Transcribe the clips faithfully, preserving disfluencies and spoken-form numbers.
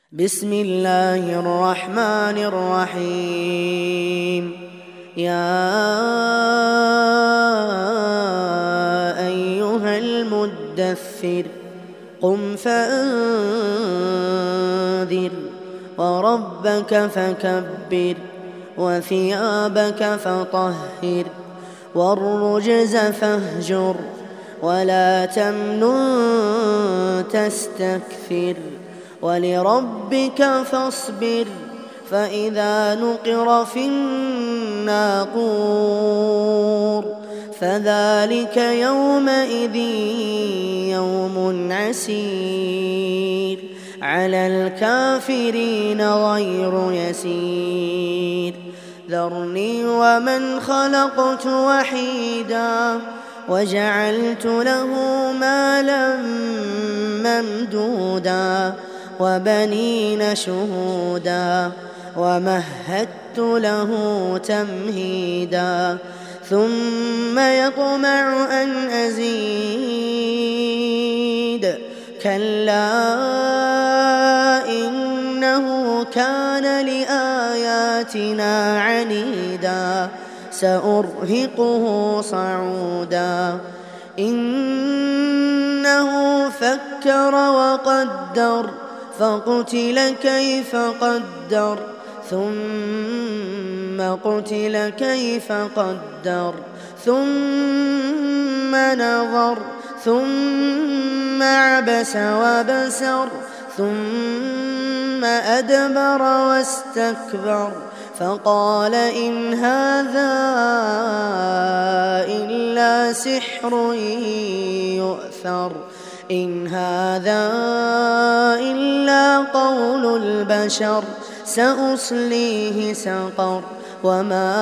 بسم الله الرحمن الرحيم. يا أيها المدثر قم فأنذر وربك فكبر وثيابك فطهر والرجز فاهجر ولا تمنن تستكثر ولربك فاصبر فإذا نقر في الناقور فذلك يومئذ يوم عسير على الكافرين غير يسير. ذرني ومن خلقت وحيدا وجعلت له مالا ممدودا وبنين شهودا ومهدت له تمهيدا ثم يطمع أن أزيد كلا إنه كان لآياتنا عنيدا سأرهقه صعودا إنه فكر وقدر فقتل كيف قدر ثم قتل كيف قدر ثم نظر ثم عبس وبسر ثم أدبر واستكبر فقال إن هذا إلا سحر يؤثر إن هذا إلا قول البشر سأصليه سقر وما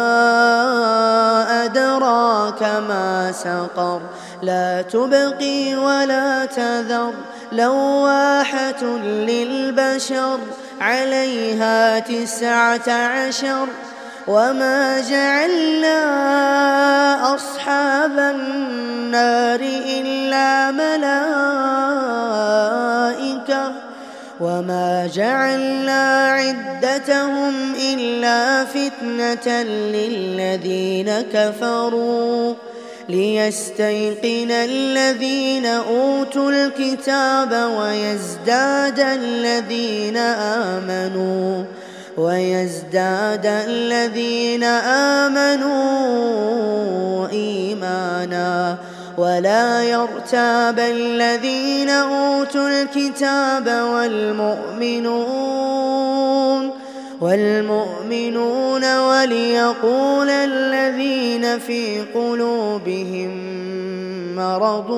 أدراك ما سقر لا تبقي ولا تذر لواحة للبشر عليها تسعة عشر وما جعلنا أصحاب النار إلا ملائكة وما جعلنا عدتهم إلا فتنة للذين كفروا ليستيقن الذين أوتوا الكتاب ويزداد الذين آمنوا ويزداد الذين آمنوا إيمانا ولا يرتاب الذين أوتوا الكتاب والمؤمنون والمؤمنون وليقول الذين في قلوبهم مرض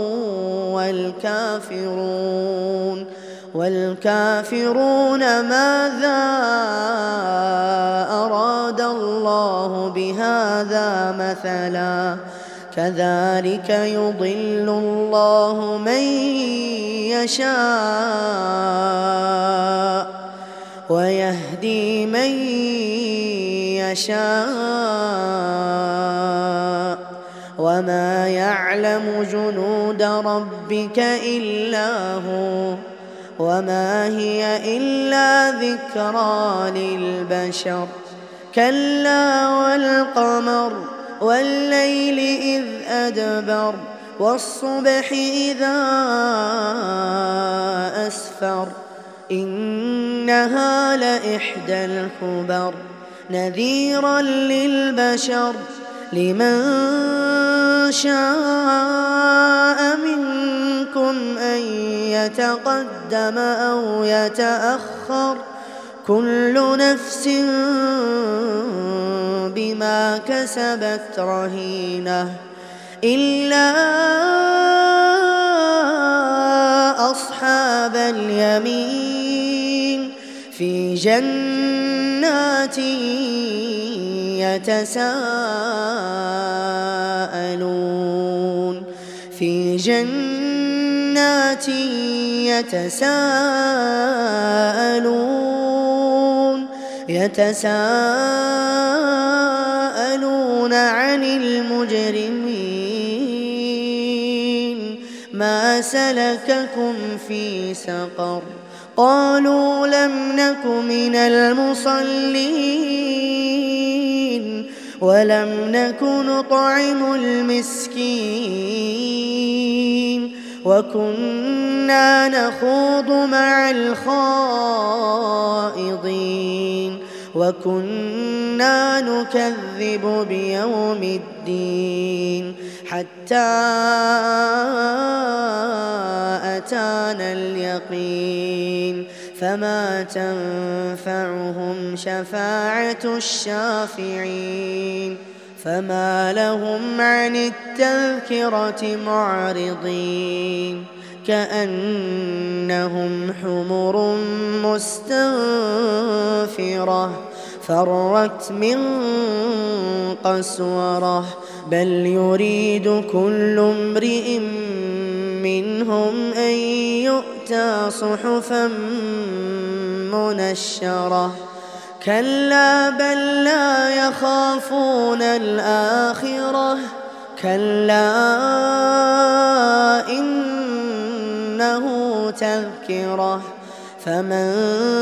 والكافرون والكافرون ماذا أراد الله بهذا مثلا كذلك يضل الله من يشاء ويهدي من يشاء وما يعلم جنود ربك إلا هو وما هي إلا ذكرى للبشر كلا والقمر والليل إذ أدبر والصبح إذا أسفر إنها لإحدى الكبر نذيرا للبشر لمن شاء منكم أن يتقدم أو يتأخر كل نفس بما كسبت رهينة إلا أصحاب اليمين في جنات يتساءلون في جنات يتساءلون يتساءلون عن المجرمين ما سلككم في سقر قالوا لم نك من المصلين ولم نك نطعم المسكين وكنا نخوض مع الخائضين وكنا نكذب بيوم الدين حتى أتانا اليقين فما تنفعهم شفاعة الشافعين فما لهم عن التذكرة معرضين كأنهم حمر مستنفرة فرت من قسورة بل يريد كل امرئ منهم أن يؤتى صحفا منشرة كلا بل لا يخافون الآخرة كلا إنه تذكرة فمن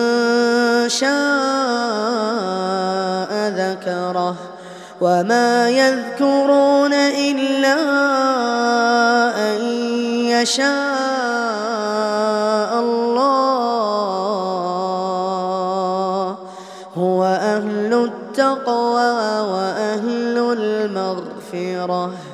شاء ذكره وما يذكرون إلا أن يشاء الله هو أهل التقوى وأهل المغفرة.